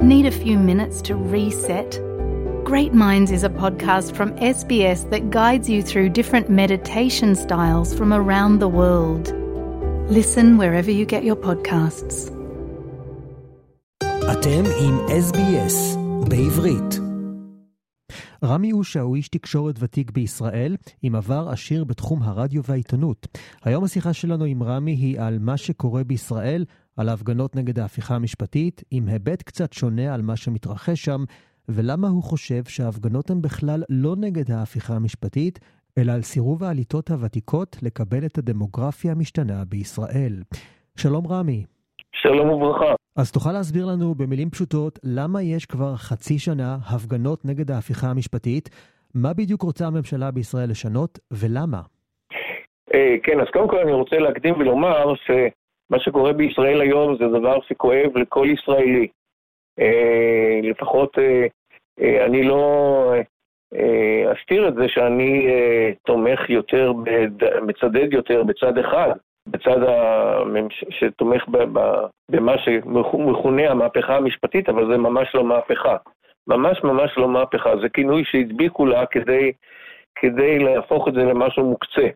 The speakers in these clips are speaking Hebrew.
Need a few minutes to reset? Great Minds is a podcast from SBS that guides you through different meditation styles from around the world. Listen wherever you get your podcasts. אתם עם SBS בעברית. רמי אושה הוא איש תקשורת ותיק בישראל, עם עבר עשיר בתחום הרדיו והעיתונות. היום השיחה שלנו עם רמי היא על מה שקורה בישראל, על ההפגנות נגד ההפיכה המשפטית, עם היבט קצת שונה על מה שמתרחש שם, ולמה הוא חושב שההפגנות הן בכלל לא נגד ההפיכה המשפטית, אלא על סירוב העליתות הוותיקות לקבל את הדמוגרפיה המשתנה בישראל. שלום רמי. שלום וברכה. אז תוכל להסביר לנו במילים פשוטות למה יש כבר חצי שנה הפגנות נגד ההפיכה המשפטית, מה בדיוק רוצה הממשלה בישראל לשנות ולמה? כן, אז קודם כל אני רוצה להקדים ולומר שמה שקורה בישראל היום זה דבר שכואב לכל ישראלי. לפחות אני לא אסתיר את זה שאני תומך יותר, מצדד יותר בצד אחד, בצד שתומך במה שמכונה המהפכה המשפטית, אבל זה ממש לא מהפכה. ממש לא מהפכה. זה כינוי שהדביקו לה כדי להפוך את זה למשהו מוקצה.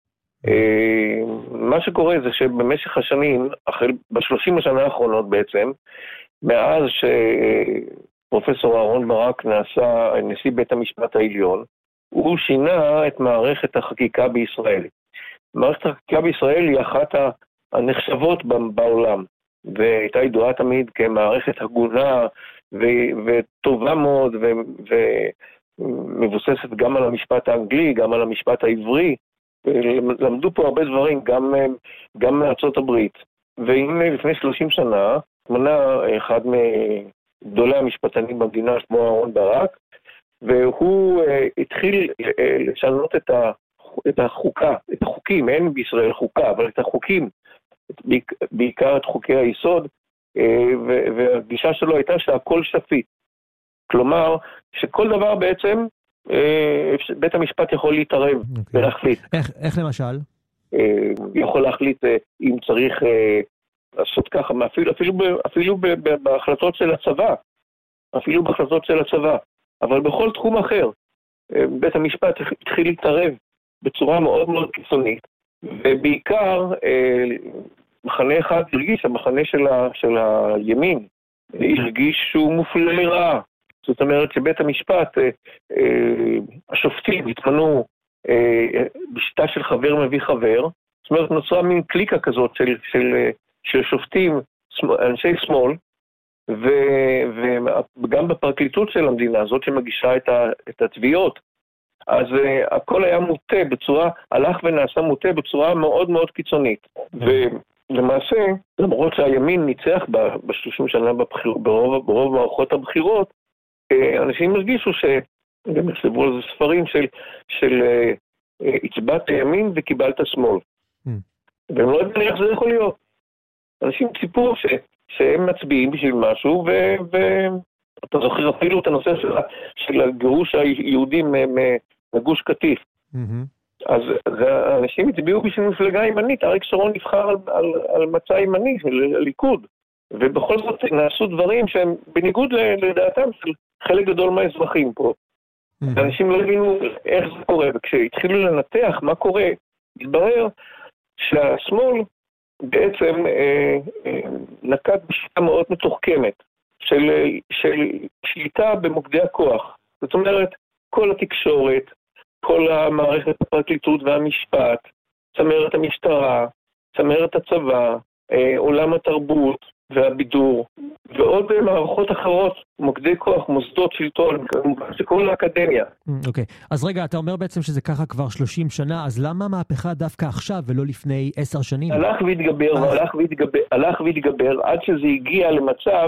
מה שקורה זה שבמשך השנים, ב-30 השנה האחרונות בעצם, מאז שפרופסור אהרון ברק נעשה נשיא בית המשפט העליון, הוא שינה את מערכת החקיקה בישראל. מערכת החקיקה בישראל היא אחת הנחשבות בעולם, והייתה ידועה תמיד כמערכת הגונה וטובה מאוד, ומבוססת גם על המשפט האנגלי, גם על המשפט העברי. למדו פה הרבה דברים, גם מארצות הברית. והנה לפני 30 שנה, מנה אחד מגדולי המשפטנים במדינה, שמו אהרון ברק, והוא התחיל לשנות את החוקה, את החוקים, אין בישראל חוקה, אבל את החוקים, בעיקר את חוקי היסוד, והגישה שלו הייתה שהכל שפיט. כלומר, שכל דבר בעצם, בית המשפט יכול להתערב ולהחליט. איך למשל? יכול להחליט אם צריך לעשות ככה, אפילו בהחלטות של הצבא, אפילו בהחלטות של הצבא, אבל בכל תחום אחר, בית המשפט התחיל להתערב בצורה מאוד מאוד קיצונית, ובעיקר מחנה אחד הרגיש, המחנה של הימין, הרגיש שהוא מופלה לרעה. זאת אומרת שבית המשפט, השופטים התמנו בשיטה של חבר מביא חבר, זאת אומרת נוצרה מין קליקה כזאת של שופטים, אנשי שמאל, וגם בפרקליטות של המדינה הזאת שמגישה את התביעות, אז הכל היה מוטה הלך ונעשה מוטה בצורה מאוד מאוד קיצונית. ולמעשה, למרות שהימין ניצח ב-30 שנה ברוב מערכות הבחירות, אנשים הרגישו גם נכתבו על זה ספרים של הצבעת הימין וקיבלת שמאל. והם לא יודעים איך זה יכול להיות. אנשים ציפו שהם מצביעים בשביל משהו, ואתה זוכר אפילו את הנושא של הגירוש היהודים מגוש קטיף. אז האנשים הצביעו בשביל מפלגה ימנית, אריק שרון נבחר על מצע ימני, של הליכוד, ובכל זאת נעשו דברים שהם בניגוד לדעתם של חלק גדול מהאזרחים פה. אנשים לא הבינו איך זה קורה, וכשהתחילו לנתח מה קורה, התברר שהשמאל בעצם נקט בשיטה מאוד מתוחכמת של שליטה במוקדי הכוח. זאת אומרת, כל התקשורת, כל המערכת הפרקליטות והמשפט, צמרת המשטרה, צמרת הצבא, עולם התרבות והבידור, ועוד מערכות אחרות, מוקדי כוח, מוסדות שלטון, כל האקדמיה. אוקיי, אז רגע, אתה אומר בעצם שזה ככה כבר 30 שנה, אז למה מהפכה דווקא עכשיו ולא לפני 10 שנים? הלך והתגבר, עד שזה הגיע למצב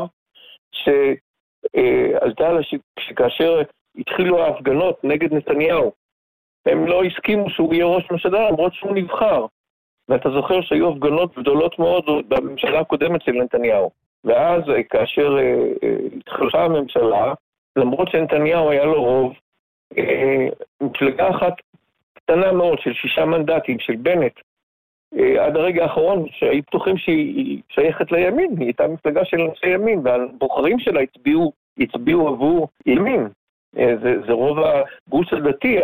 שכאשר התחילו ההפגנות נגד נתניהו, הם לא הסכימו שהוא יהיה ראש ממשלה, למרות שהוא נבחר. ואתה זוכר שהיו הפגנות גדולות מאוד בממשלה הקודמת של נתניהו. ואז כאשר התחלפה הממשלה, למרות שנתניהו היה לו רוב, מפלגה אחת קטנה מאוד של 6 מנדטים של בנט, עד הרגע האחרון שהיו פתוחים שהיא שייכת לימין, היא הייתה מפלגה של אנשי ימין, והבוחרים שלה הצביעו עבור ימין. זה רוב הגוש הדתי,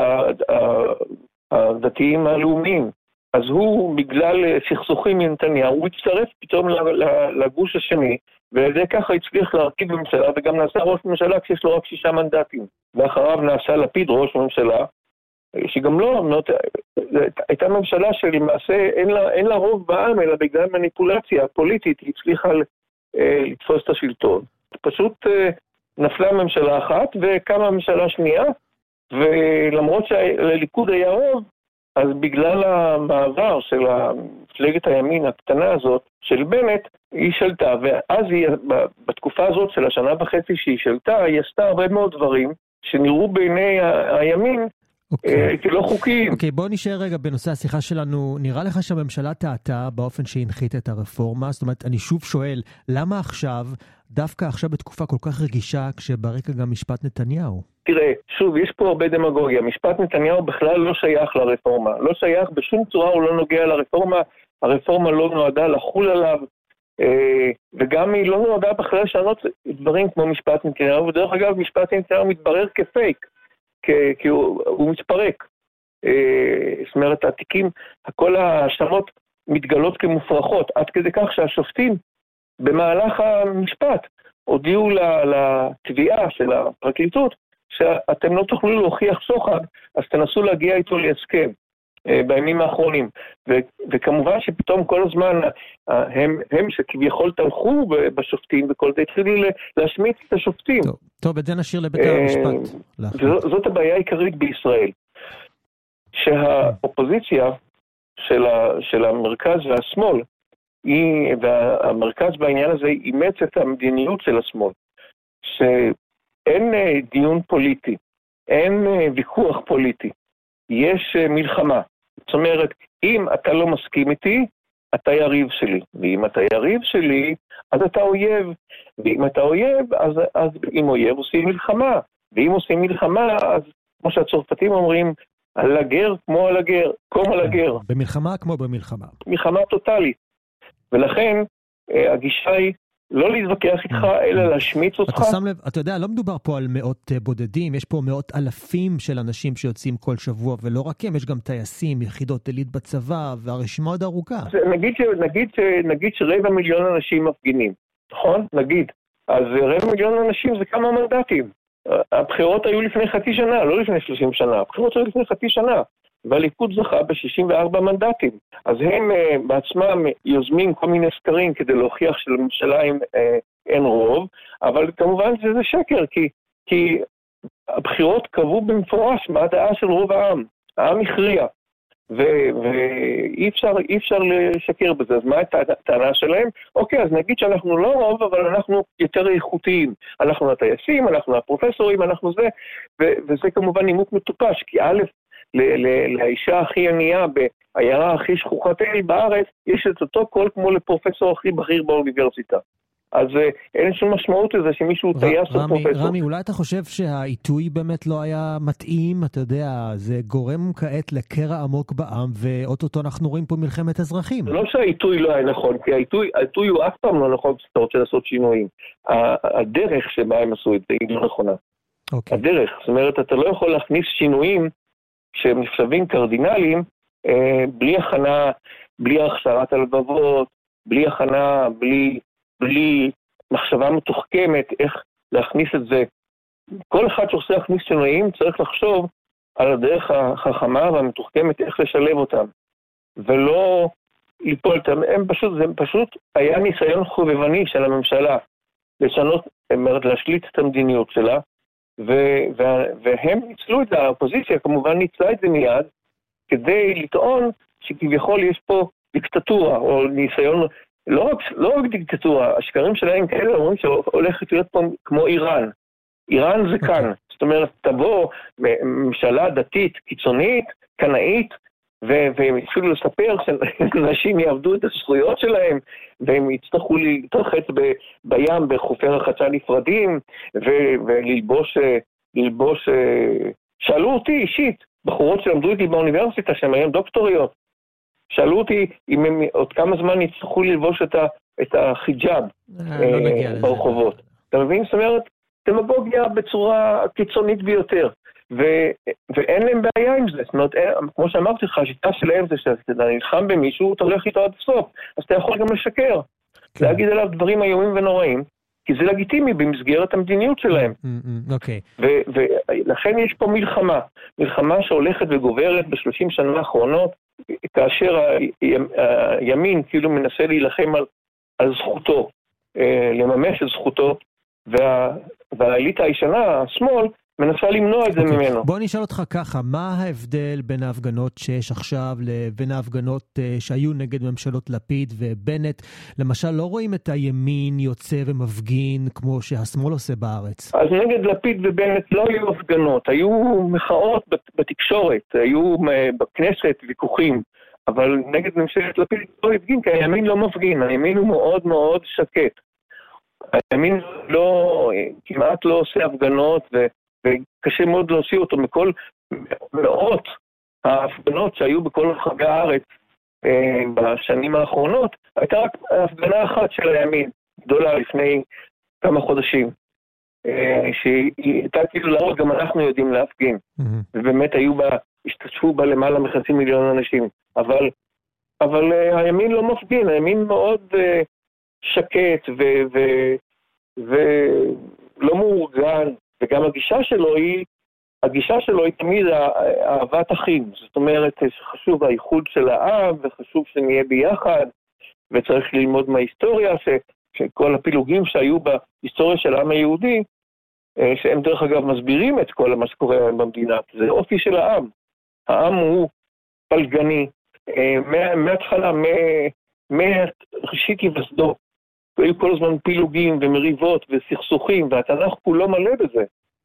הדתיים הלאומיים. אז הוא, בגלל סכסוכים עם נתניהו, הוא הצטרף פתאום לגוש השני, וזה ככה הצליח להרכיב בממשלה, וגם נעשה ראש ממשלה כשיש לו רק 6 מנדטים. ואחריו נעשה לפיד ראש ממשלה, שגם לא, הייתה ממשלה שלמעשה אין לה רוב בעם, אלא בגלל מניפולציה פוליטית, היא הצליחה לתפוס את השלטון. פשוט נפלה ממשלה אחת וקמה ממשלה שנייה, ולמרות שהליכוד היה רוב, אז בגלל המעבר של מפלגת הימין הקטנה הזאת של בנט, היא שלטה, ואז בתקופה הזאת של השנה וחצי שהיא שלטה, היא עשתה הרבה מאוד דברים שנראו בעיני הימין כלא חוקיים. אוקיי, בוא נשאר רגע בנושא השיחה שלנו. נראה לך שהממשלה טעתה באופן שהנחית את הרפורמה? זאת אומרת, אני שוב שואל, למה עכשיו, דווקא עכשיו בתקופה כל כך רגישה, כשברקע גם משפט נתניהו? תראה, שוב, יש פה הרבה דמגוגיה. משפט נתניהו בכלל לא שייך לרפורמה. לא שייך, בשום צורה הוא לא נוגע לרפורמה. הרפורמה לא נועדה לחול עליו, וגם היא לא נועדה בכלל לשנות דברים כמו משפט נתניהו, ודרך אגב, משפט נתניהו מתברר כפייק. כי הוא מתפרק. זאת אומרת, התיקים, כל ההאשמות מתגלות כמופרכות, עד כדי כך שהשופטים במהלך המשפט הודיעו לתביעה של הפרקליטות שאתם לא תוכלו להוכיח שוחד, אז תנסו להגיע איתו להסכם בימים האחרונים. וכמובן שפתאום כל הזמן הם שכביכול תלכו בשופטים וכל זה התחילו להשמיץ את השופטים. טוב, את זה נשאיר לבית המשפט. זאת הבעיה העיקרית בישראל. שהאופוזיציה של המרכז והשמאל, והמרכז בעניין הזה אימץ את המדיניות של השמאל, שאין דיון פוליטי, אין ויכוח פוליטי, יש מלחמה. זאת אומרת, אם אתה לא מסכים איתי, אתה יריב שלי. ואם אתה יריב שלי, אז אתה אויב. ואם אתה אויב, אז אם אויב עושים מלחמה. ואם עושים מלחמה, אז כמו שהצרפתים אומרים, על הגר כמו על הגר, קום על הגר. במלחמה כמו במלחמה. מלחמה טוטלית. ולכן, הגישה היא לא להתווכח איתך, אלא להשמיץ אותך. אתה שם לב, אתה יודע, לא מדובר פה על מאות בודדים, יש פה מאות אלפים של אנשים שיוצאים כל שבוע, ולא רק הם, יש גם טייסים, יחידות עילית בצבא, והרשימה עוד ארוכה. נגיד שרבע מיליון אנשים מפגינים, נכון? נגיד. אז רבע מיליון אנשים זה כמה מנדטים. הבחירות היו לפני חצי שנה, לא לפני 30 שנה. הבחירות היו לפני חצי שנה. והליכוד זכה ב-64 מנדטים. אז הם בעצמם יוזמים כל מיני סקרים כדי להוכיח שלממשלה אין רוב, אבל כמובן זה שקר, כי הבחירות קבעו במפורש מה הדעה של רוב העם. העם הכריע, ואי אפשר לשקר בזה. אז מה הטענה שלהם? אוקיי, אז נגיד שאנחנו לא רוב, אבל אנחנו יותר איכותיים. אנחנו הטייסים, אנחנו הפרופסורים, אנחנו זה, וזה כמובן נימוק מטופש, כי א', לאישה הכי ענייה בעיירה הכי שכוחת אל בארץ, יש את אותו קול כמו לפרופסור הכי בכיר באוניברסיטה. אז אין שום משמעות לזה שמישהו טייס או פרופסור. רמי, אולי אתה חושב שהעיתוי באמת לא היה מתאים? אתה יודע, זה גורם כעת לקרע עמוק בעם, ואוטוטו אנחנו רואים פה מלחמת אזרחים. זה לא שהעיתוי לא היה נכון, כי העיתוי הוא אף פעם לא נכון כשאתה רוצה לעשות שינויים. הדרך שבה הם עשו את זה היא לא נכונה. הדרך, זאת אומרת, אתה לא יכול להכניס שינויים שהם נחשבים קרדינליים, בלי הכנה, בלי הכשרת הלבבות, בלי הכנה, בלי מחשבה מתוחכמת, איך להכניס את זה. כל אחד שרוצה להכניס שינויים צריך לחשוב על הדרך החכמה והמתוחכמת, איך לשלב אותם. ולא ליפול אותם. זה פשוט היה ניסיון חובבני של הממשלה, לשנות, להשליט את המדיניות שלה, והם ניצלו את האופוזיציה, כמובן ניצלה את זה מיד, כדי לטעון שכביכול יש פה דיקטטורה, או ניסיון, לא רק דיקטטורה, השקרים שלהם כאלה אומרים שהולכת להיות פה כמו איראן. איראן זה כאן. זאת אומרת, תבוא ממשלה דתית, קיצונית, קנאית, והם התחילו לספר שנשים יעבדו את הזכויות שלהם, והם יצטרכו להתרחץ בים בחופי רחצה נפרדים, וללבוש, שאלו אותי אישית, בחורות שלמדו איתי באוניברסיטה, שהן היום דוקטוריות, שאלו אותי אם הם עוד כמה זמן יצטרכו ללבוש את החיג'אב ברחובות. אתה מבין? זאת אומרת, דמגוגיה בצורה קיצונית ביותר. ואין להם בעיה עם זה. זאת אומרת, כמו שאמרתי לך, השיטה שלהם זה שאתה נלחם במישהו, אתה הולך איתו עד סוף. אז אתה יכול גם לשקר. להגיד עליו דברים איומים ונוראים, כי זה לגיטימי במסגרת המדיניות שלהם. ולכן יש פה מלחמה שהולכת וגוברת ב-30 שנה האחרונות, כאשר הימין כאילו מנסה להילחם על זכותו, לממש את זכותו, והאליטה הישנה, השמאל, מנסה למנוע את זה ממנו. בוא נשאל אותך ככה, מה ההבדל בין ההפגנות שיש עכשיו לבין ההפגנות שהיו נגד ממשלות לפיד ובנט? למשל, לא רואים את הימין יוצא ומפגין כמו שהשמאל עושה בארץ. אז נגד לפיד ובנט לא היו הפגנות, היו מחאות בתקשורת, היו בכנסת ויכוחים, אבל נגד ממשלת לפיד לא הפגין, כי הימין לא מפגין, הימין הוא מאוד מאוד שקט. הימין כמעט לא עושה הפגנות וקשה מאוד להוציא אותו מכל מאות ההפגנות שהיו בכל רחבי הארץ בשנים האחרונות. הייתה רק הפגנה אחת של הימין, גדולה לפני כמה חודשים, שהיא הייתה כאילו להראות גם אנחנו יודעים להפגין, ובאמת השתתפו בה למעלה מ5 מיליון אנשים, אבל הימין לא מפגין, הימין מאוד שקט ולא מאורגן, וגם הגישה שלו היא תמיד אהבת אחים. זאת אומרת, חשוב האיחוד של העם, וחשוב שנהיה ביחד, וצריך ללמוד מההיסטוריה, שכל הפילוגים שהיו בהיסטוריה של העם היהודי, שהם דרך אגב מסבירים את כל מה שקורה במדינה. זה אופי של העם. העם הוא פלגני, מההתחלה, מראשית היווסדו. היו כל הזמן פילוגים ומריבות וסכסוכים, והתנ"ך כולו מלא בזה.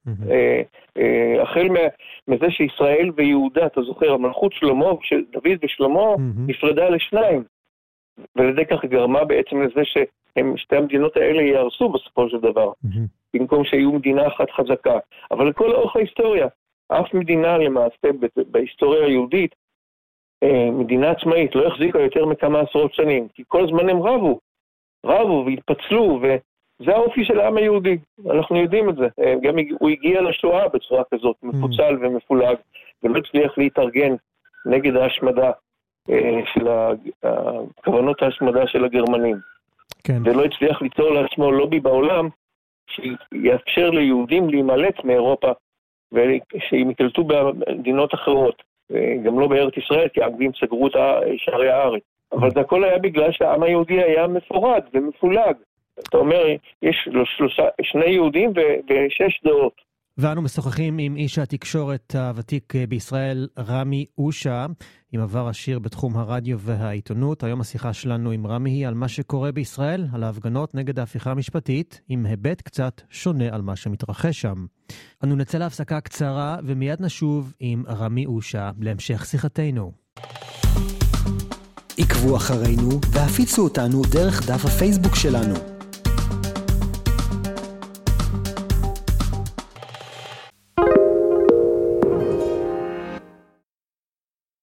החל מזה שישראל ויהודה, אתה זוכר, המלכות שלמה, דוד ושלמה נפרדה לשניים, ולדי כך גרמה בעצם לזה ששתי המדינות האלה יהרסו בסופו של דבר, במקום שיהיו מדינה אחת חזקה. אבל לכל אורך ההיסטוריה, אף מדינה למעשה בהיסטוריה היהודית, מדינה עצמאית, לא החזיקה יותר מכמה עשרות שנים, כי כל הזמן הם רבו והתפצלו, וזה האופי של העם היהודי, אנחנו יודעים את זה. גם הוא הגיע לשואה בצורה כזאת, מפוצל ומפולג, ולא הצליח להתארגן נגד ההשמדה של כוונות ההשמדה של הגרמנים. כן. ולא הצליח ליצור לעצמו לובי בעולם, שיאפשר ליהודים להימלט מאירופה, ושהם יקלטו במדינות אחרות, גם לא בארץ ישראל, כי האנגלים סגרו את שערי הארץ. אבל זה הכל היה בגלל שהעם היהודי היה מפורד ומפולג. אתה אומר, יש שני יהודים ו6 דעות. ואנו משוחחים עם איש התקשורת הוותיק בישראל, רמי אושה, עם עבר עשיר בתחום הרדיו והעיתונות. היום השיחה שלנו עם רמי היא על מה שקורה בישראל, על ההפגנות נגד ההפיכה המשפטית, עם היבט קצת שונה על מה שמתרחש שם. אנו נצא להפסקה קצרה ומיד נשוב עם רמי אושה להמשך שיחתנו. עקבו אחרינו והפיצו אותנו דרך דף הפייסבוק שלנו.